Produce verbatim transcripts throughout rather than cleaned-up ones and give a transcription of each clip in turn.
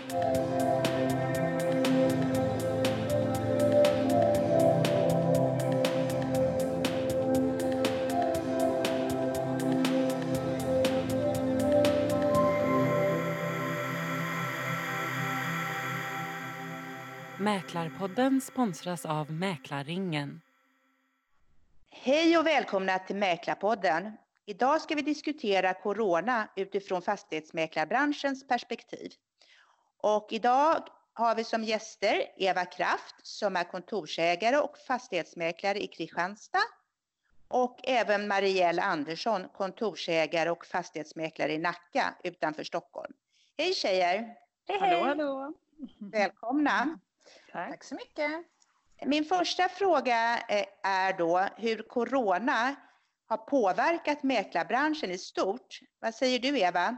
Mäklarpodden sponsras av Mäklarringen. Hej och välkomna till Mäklarpodden. Idag ska vi diskutera corona utifrån fastighetsmäklarbranschens perspektiv. Och idag har vi som gäster Eva Kraft som är kontorsägare och fastighetsmäklare i Kristianstad. Och även Marielle Andersson, kontorsägare och fastighetsmäklare i Nacka utanför Stockholm. Hej tjejer! Hej, hej. Hallå, hallå! Välkomna! Tack. Tack så mycket! Min första fråga är då hur corona har påverkat mäklarbranschen i stort. Vad säger du, Eva?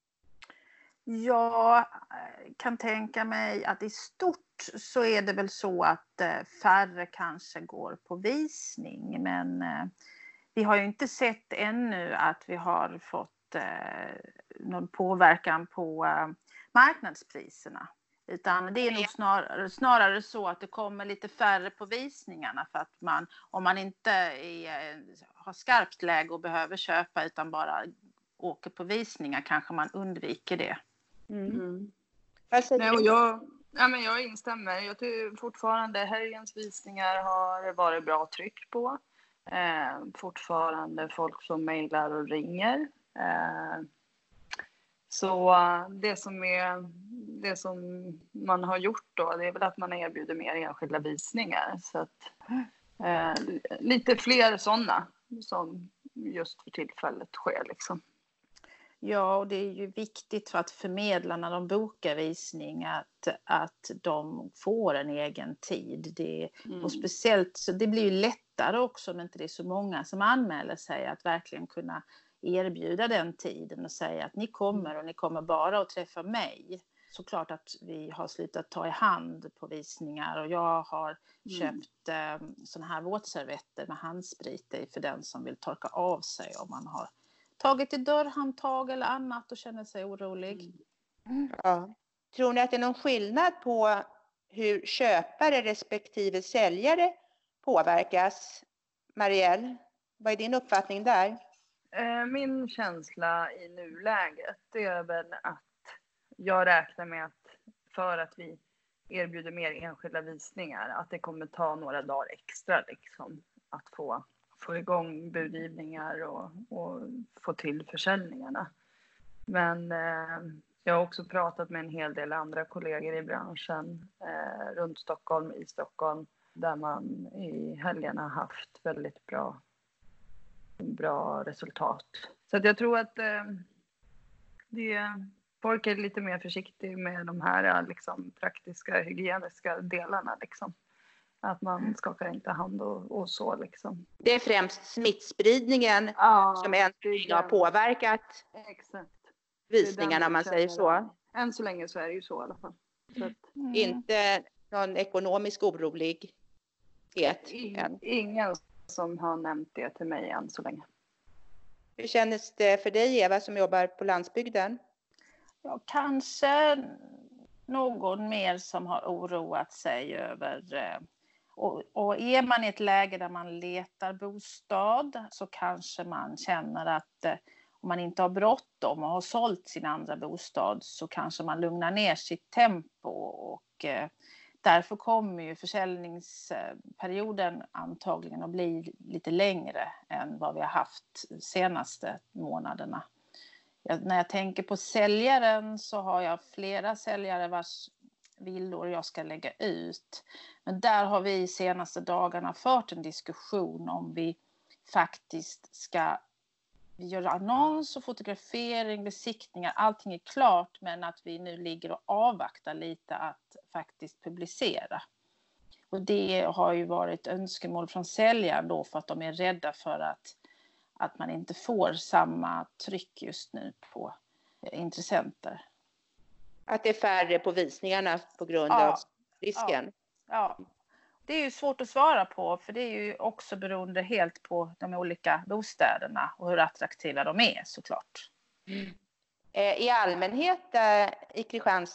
Jag kan tänka mig att i stort så är det väl så att färre kanske går på visning. Men vi har ju inte sett ännu att vi har fått någon påverkan på marknadspriserna. Utan det är nog snarare, snarare så att det kommer lite färre på visningarna. För att man, om man inte är, har skarpt läge och behöver köpa utan bara åker på visningar kanske man undviker det. Mm. Mm. Nej, och jag, ja, men jag instämmer. Jag tycker fortfarande helgens visningar har varit bra tryck på. Eh, fortfarande folk som mejlar och ringer. Eh, så det som, är, det som man har gjort då, det är väl att man erbjuder mer enskilda visningar. Så att, eh, lite fler sådana som just för tillfället sker liksom. Ja, och det är ju viktigt för att förmedla när de bokar visning att, att de får en egen tid. Det, mm. Och speciellt så det blir ju lättare också om inte det är så många som anmäler sig att verkligen kunna erbjuda den tiden och säga att ni kommer och ni kommer bara att träffa mig. Såklart att vi har slutat ta i hand på visningar och jag har mm. köpt eh, såna här våtservetter med handsprit i för den som vill torka av sig om man har tagit i dörrhandtag eller annat och känner sig orolig. Mm. Ja. Tror ni att det är någon skillnad på hur köpare respektive säljare påverkas? Marielle, vad är din uppfattning där? Min känsla i nuläget det är väl att jag räknar med att för att vi erbjuder mer enskilda visningar att det kommer ta några dagar extra liksom, att få få igång budgivningar och, och få till försäljningarna. Men eh, jag har också pratat med en hel del andra kollegor i branschen eh, runt Stockholm, i Stockholm, där man i helgen har haft väldigt bra, bra resultat. Så att jag tror att eh, det, folk är lite mer försiktiga med de här liksom, praktiska, hygieniska delarna liksom. Att man skakar inte hand och, och så liksom. Det är främst smittspridningen ja, som än har påverkat exakt. visningarna om man säger så. Än så länge så är det ju så i alla fall. Så att, mm. Inte någon ekonomisk orolighet. In, ingen som har nämnt det till mig än så länge. Hur känns det för dig Eva som jobbar på landsbygden? Ja, kanske någon mer som har oroat sig över... Och, och är man i ett läge där man letar bostad så kanske man känner att eh, om man inte har bråttom och har sålt sin andra bostad så kanske man lugnar ner sitt tempo och eh, därför kommer ju försäljningsperioden antagligen att bli lite längre än vad vi har haft de senaste månaderna. Jag, när jag tänker på säljaren så har jag flera säljare vars villor jag ska lägga ut. Men där har vi senaste dagarna fört en diskussion om vi faktiskt ska göra annons och fotografering, besiktningar. Allting är klart men att vi nu ligger och avvaktar lite att faktiskt publicera. Och det har ju varit önskemål från säljaren då för att de är rädda för att, att man inte får samma tryck just nu på intressenter. Att det är färre på visningarna på grund ja, av risken. Ja, ja, det är ju svårt att svara på för det är ju också beroende helt på de olika bostäderna och hur attraktiva de är såklart. Mm. I allmänhet i Kristianstad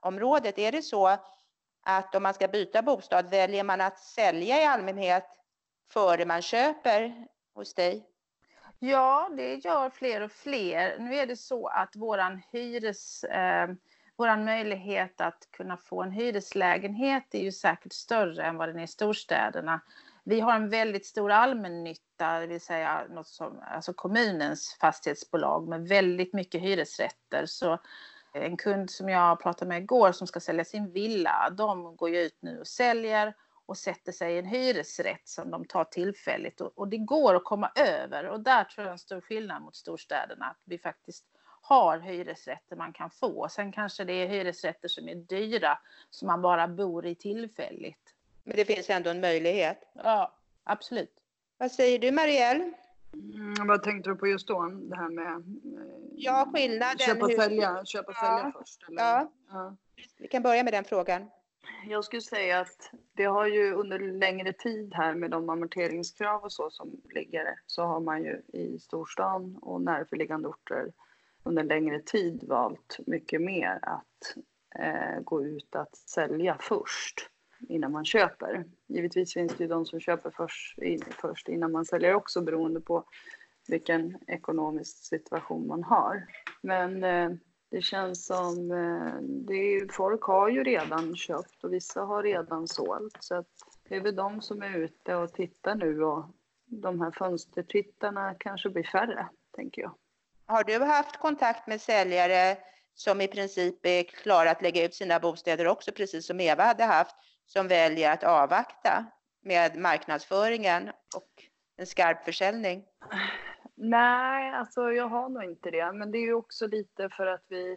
området, är det så att om man ska byta bostad väljer man att sälja i allmänhet före man köper hos dig? Ja, det gör fler och fler. Nu är det så att våran hyres, eh, våran möjlighet att kunna få en hyreslägenhet är ju säkert större än vad den är i storstäderna. Vi har en väldigt stor allmännytta, det vill säga något som, alltså kommunens fastighetsbolag med väldigt mycket hyresrätter. Så en kund som jag pratade med igår som ska sälja sin villa, de går ju ut nu och säljer och sätter sig i en hyresrätt som de tar tillfälligt. Och, och det går att komma över. Och där tror jag en stor skillnad mot storstäderna. Att vi faktiskt har hyresrätter man kan få. Sen kanske det är hyresrätter som är dyra. Som man bara bor i tillfälligt. Men det finns ändå en möjlighet. Ja, absolut. Vad säger du, Marielle? Mm, vad tänkte du på just då? Det här med eh, Ja, skillnaden. köpa och hur- sälja, köpa och Ja. sälja först? Eller? Ja. Ja. Vi kan börja med den frågan. Jag skulle säga att det har ju under längre tid här med de amorteringskrav och så som ligger, så har man ju i storstan och närförliggande orter under längre tid valt mycket mer att eh, gå ut att sälja först innan man köper. Givetvis finns det ju de som köper först, in, först innan man säljer också, beroende på vilken ekonomisk situation man har. Men eh, det känns som eh, det är, folk har ju redan köpt och vissa har redan sålt. Så att det är väl de som är ute och tittar nu, och de här fönstertittarna kanske blir färre, tänker jag. Har du haft kontakt med säljare som i princip är klara att lägga ut sina bostäder också, precis som Eva hade haft, som väljer att avvakta med marknadsföringen och en skarp försäljning? Nej, alltså jag har nog inte det. Men det är ju också lite för att vi,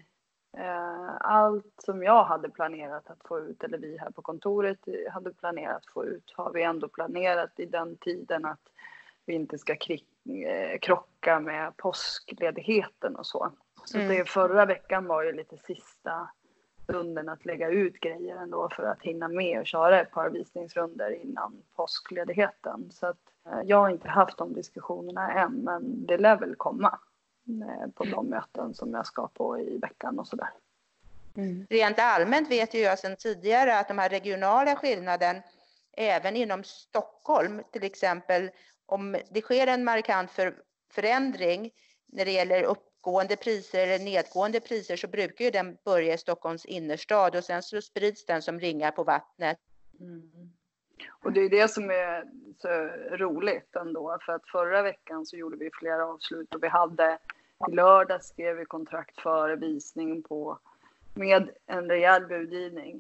eh, allt som jag hade planerat att få ut, eller vi här på kontoret hade planerat att få ut, har vi ändå planerat i den tiden att vi inte ska kri- eh, krocka med påskledigheten och så. Så Mm. det förra veckan var ju lite sista stunden att lägga ut grejer ändå för att hinna med och köra ett par visningsrunder innan påskledigheten. Så att eh, jag har inte haft de diskussionerna än, men det lär väl komma eh, på de möten som jag ska på i veckan och sådär. Mm. Rent allmänt vet ju jag sedan tidigare att de här regionala skillnaden även inom Stockholm, till exempel om det sker en markant för, förändring när det gäller uppgående priser eller nedgående priser, så brukar ju den börja i Stockholms innerstad och sen så sprids den som ringar på vattnet. Mm. Och det är det som är så roligt ändå, för att förra veckan så gjorde vi flera avslut och vi hade i lördag skrev vi kontrakt för visning på med en rejäl budgivning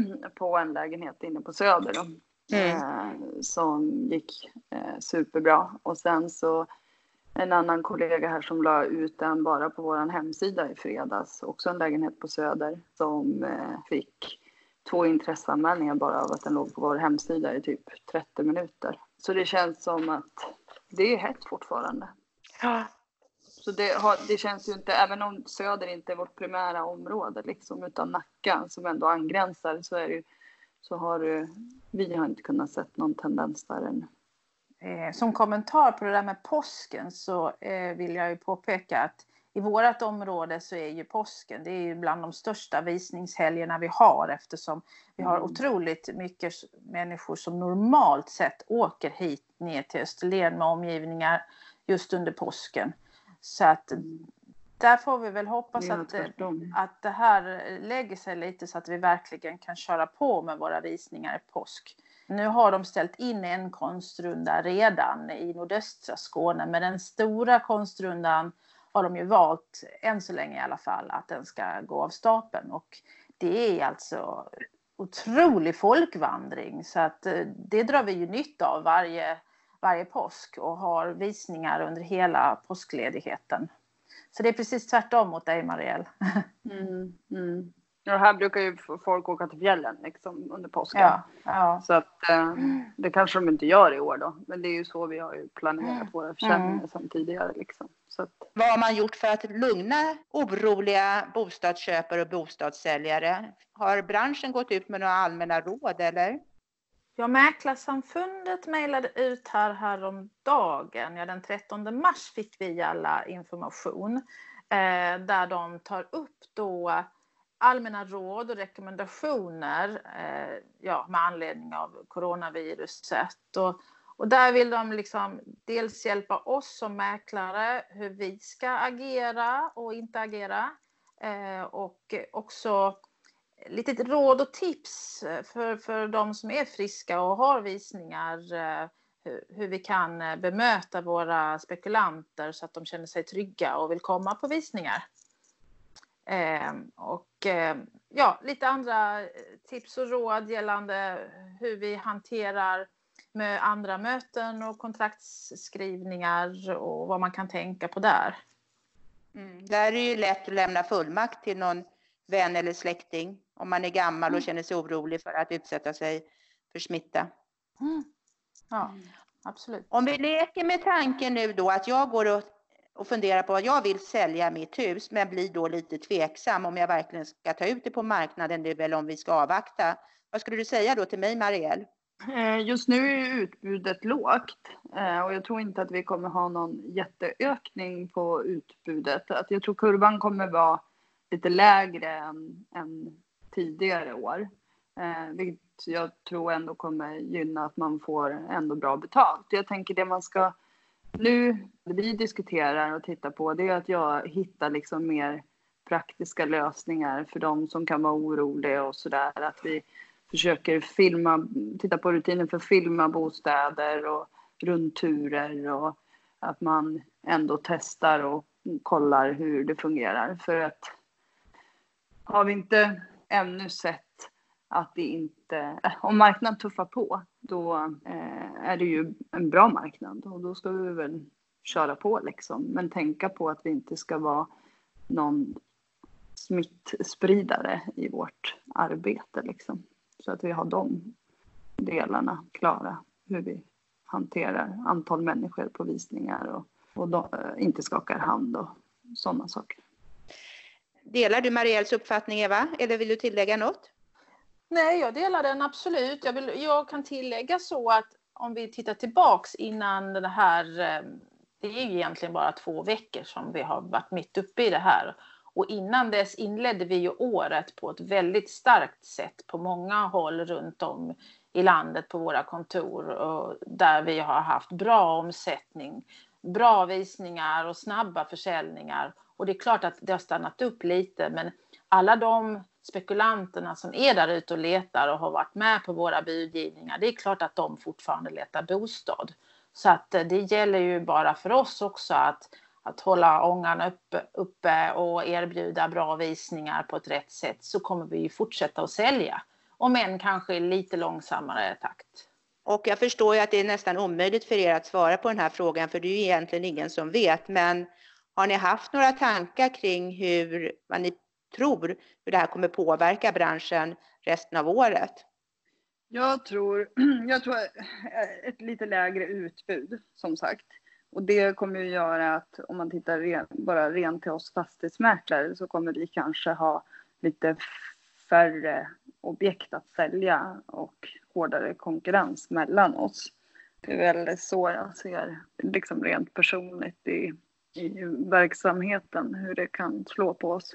på en lägenhet inne på Söder då, Mm. eh, som gick eh, superbra. Och sen så en annan kollega här som la ut den bara på våran hemsida i fredags, också en lägenhet på Söder, som eh, fick två intresseanmälningar bara av att den låg på vår hemsida i typ trettio minuter. Så det känns som att det är hett fortfarande. Ja. Så det, har, det känns ju inte, även om Söder inte är vårt primära område liksom, utan Nacka som ändå angränsar, så är det ju, så har vi har inte kunnat sett någon tendens där än. Eh, som kommentar på det där med påsken så eh, vill jag ju påpeka att i vårt område så är ju påsken, det är ju bland de största visningshelgerna vi har, eftersom vi har Mm. otroligt mycket människor som normalt sett åker hit ner till Österlen med omgivningar just under påsken. Så att där får vi väl hoppas Ja, att, tvärtom. att det här lägger sig lite så att vi verkligen kan köra på med våra visningar i påsk. Nu har de ställt in en konstrunda redan i nordöstra Skåne, men den stora konstrundan har de ju valt, än så länge i alla fall, att den ska gå av stapeln. Och det är alltså otrolig folkvandring, så att det drar vi ju nytta av varje, varje påsk och har visningar under hela påskledigheten. Så det är precis tvärtom mot dig, Marielle. Mm, mm. Ja, här brukar ju folk åka till fjällen liksom, under påsken. Ja, ja. Så att eh, det kanske de inte gör i år då. Men det är ju så vi har ju planerat våra försäljningar Mm. sedan tidigare. Liksom. Så att, Vad har man gjort för att lugna oroliga bostadsköpare och bostadssäljare? Har branschen gått ut med några allmänna råd eller? Ja, Mäklarsamfundet mejlade ut här häromdagen. Ja, den trettonde mars fick vi alla information. Eh, där de tar upp då allmänna råd och rekommendationer eh, ja, med anledning av coronaviruset. Och, och där vill de liksom dels hjälpa oss som mäklare hur vi ska agera och inte agera. Eh, och också lite råd och tips för, för de som är friska och har visningar. Eh, hur, hur vi kan bemöta våra spekulanter så att de känner sig trygga och vill komma på visningar. Eh, och eh, ja, lite andra tips och råd gällande hur vi hanterar med andra möten och kontraktsskrivningar och vad man kan tänka på där. Mm. Där är det ju lätt att lämna fullmakt till någon vän eller släkting om man är gammal och känner sig orolig för att utsätta sig för smitta. Mm. Ja, absolut. Om vi leker med tanken nu då att jag går och, och funderar på att jag vill sälja mitt hus men blir då lite tveksam om jag verkligen ska ta ut det på marknaden nu eller om vi ska avvakta. Vad skulle du säga då till mig, Marielle? Just nu är utbudet lågt och jag tror inte att vi kommer ha någon jätteökning på utbudet. Att jag tror kurvan kommer vara lite lägre än, än tidigare år. Vilket jag tror ändå kommer gynna att man får ändå bra betalt. Jag tänker det man ska nu, det vi diskuterar och tittar på, det är att jag hittar liksom mer praktiska lösningar för de som kan vara oroliga och sådär. Att vi försöker filma, titta på rutiner för att filma bostäder och rundturer och att man ändå testar och kollar hur det fungerar. För att har vi inte ännu sett att det inte, om marknaden tuffar på, då eh, är det ju en bra marknad och då ska vi väl köra på liksom. Men tänka på att vi inte ska vara någon smittspridare i vårt arbete liksom. Så att vi har de delarna klara, hur vi hanterar antal människor på visningar och, och de, äh, inte skakar hand och sådana saker. Delar du Marielles uppfattning, Eva? Eller vill du tillägga något? Nej, jag delar den absolut. Jag, vill, jag kan tillägga så att om vi tittar tillbaks innan det här, det är ju egentligen bara två veckor som vi har varit mitt uppe i det här. Och innan dess inledde vi ju året på ett väldigt starkt sätt på många håll runt om i landet på våra kontor. Och där vi har haft bra omsättning, bra visningar och snabba försäljningar. Och det är klart att det har stannat upp lite, men alla de spekulanterna som är där ute och letar och har varit med på våra budgivningar, det är klart att de fortfarande letar bostad. Så att det gäller ju bara för oss också att att hålla ångan uppe, uppe och erbjuda bra visningar på ett rätt sätt, så kommer vi ju fortsätta att sälja. Om än kanske i lite långsammare takt. Och jag förstår ju att det är nästan omöjligt för er att svara på den här frågan, för det är ju egentligen ingen som vet. Men har ni haft några tankar kring hur, vad ni tror hur det här kommer påverka branschen resten av året? Jag tror, jag tror ett lite lägre utbud, som sagt. Och det kommer ju göra att om man tittar ren, bara rent till oss fastighetsmäklare, så kommer vi kanske ha lite färre objekt att sälja och hårdare konkurrens mellan oss. Det är väl så jag ser liksom rent personligt i, i verksamheten, hur det kan slå på oss.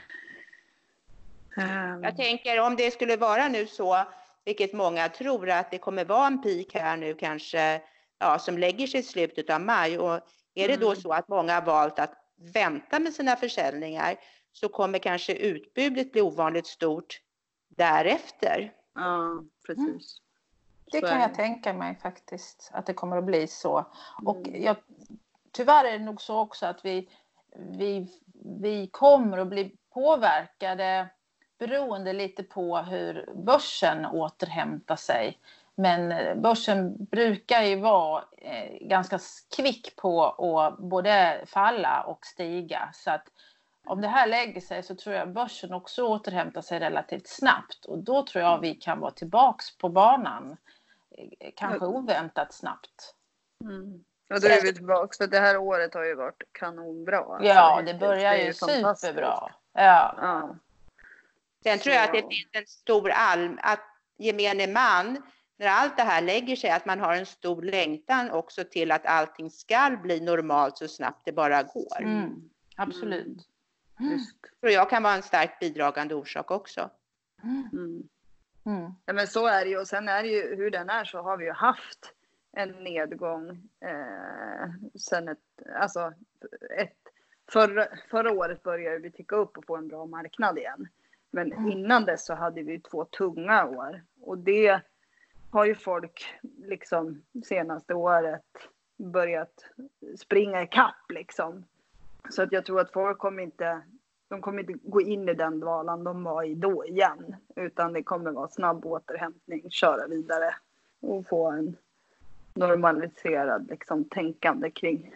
Jag tänker om det skulle vara nu så, vilket många tror, att det kommer vara en peak här nu kanske, ja, som lägger sig i slutet av maj, och är det då så att många har valt att vänta med sina försäljningar, så kommer kanske utbudet bli ovanligt stort därefter. Ja, precis. Mm. Det kan jag tänka mig faktiskt, att det kommer att bli så. Mm. Och jag, tyvärr är det nog så också att vi, vi, vi kommer att bli påverkade beroende lite på hur börsen återhämtar sig. Men börsen brukar ju vara eh, ganska kvick på att både falla och stiga. Så att om det här lägger sig, så tror jag börsen också återhämtar sig relativt snabbt. Och då tror jag vi kan vara tillbaks på banan. Eh, kanske oväntat snabbt. Mm. Ja, då är vi tillbaka. För det här året har ju varit kanonbra. Ja, alltså, det börjar det ju superbra. Ja. Ja. Sen tror jag att det finns en stor alm, att gemene man, när allt det här lägger sig, att man har en stor längtan också till att allting ska bli normalt så snabbt det bara går. Mm, absolut. Just. Tror jag kan vara en starkt bidragande orsak också. Mm. Mm. Ja, men så är det ju. Och sen är det ju hur den är, så har vi ju haft en nedgång eh, sen ett, alltså ett förra, förra året började vi ticka upp och få en bra marknad igen. Men Mm. innan dess så hade vi två tunga år, och det har ju folk liksom senaste året börjat springa i kapp liksom. Så att jag tror att folk kommer inte, de kommer inte gå in i den dvalan de var i då igen, utan det kommer vara snabb återhämtning, köra vidare och få en normaliserad liksom tänkande kring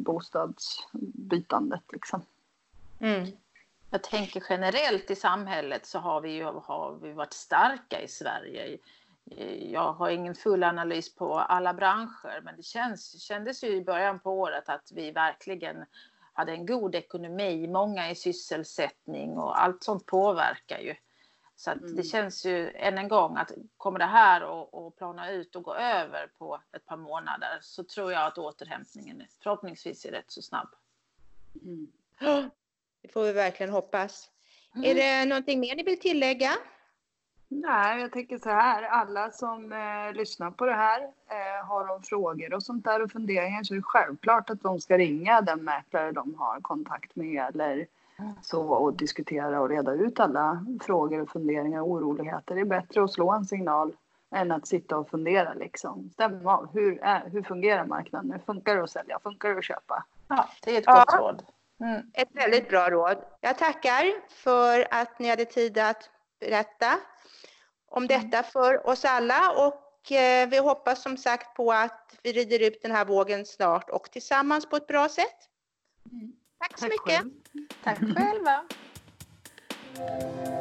bostadsbytandet liksom. Mm. Jag tänker generellt i samhället så har vi ju har vi varit starka i Sverige. Jag har ingen full analys på alla branscher, men det känns, kändes ju i början på året att vi verkligen hade en god ekonomi, många i sysselsättning och allt sånt påverkar ju. Så att Mm. det känns ju än en gång att kommer det här att, att plana ut och gå över på ett par månader, så tror jag att återhämtningen förhoppningsvis är rätt så snabb. Mm. Det får vi verkligen hoppas. Mm. Är det någonting mer ni vill tillägga? Nej, jag tänker så här. Alla som eh, lyssnar på det här eh, har de frågor och sånt där och funderingar, så är det självklart att de ska ringa den mäklare de har kontakt med eller så och diskutera och reda ut alla frågor och funderingar och oroligheter. Det är bättre att slå en signal än att sitta och fundera liksom. Stämma av. Hur, är, hur fungerar marknaden? Funkar det att sälja? Funkar det att köpa? Ja, det är ett Ja. gott råd. Mm. Ett väldigt bra råd. Jag tackar för att ni hade tid att berätta om detta för oss alla, och eh, vi hoppas som sagt på att vi rider ut den här vågen snart och tillsammans på ett bra sätt. Tack så Tack mycket. själv. Tack själva.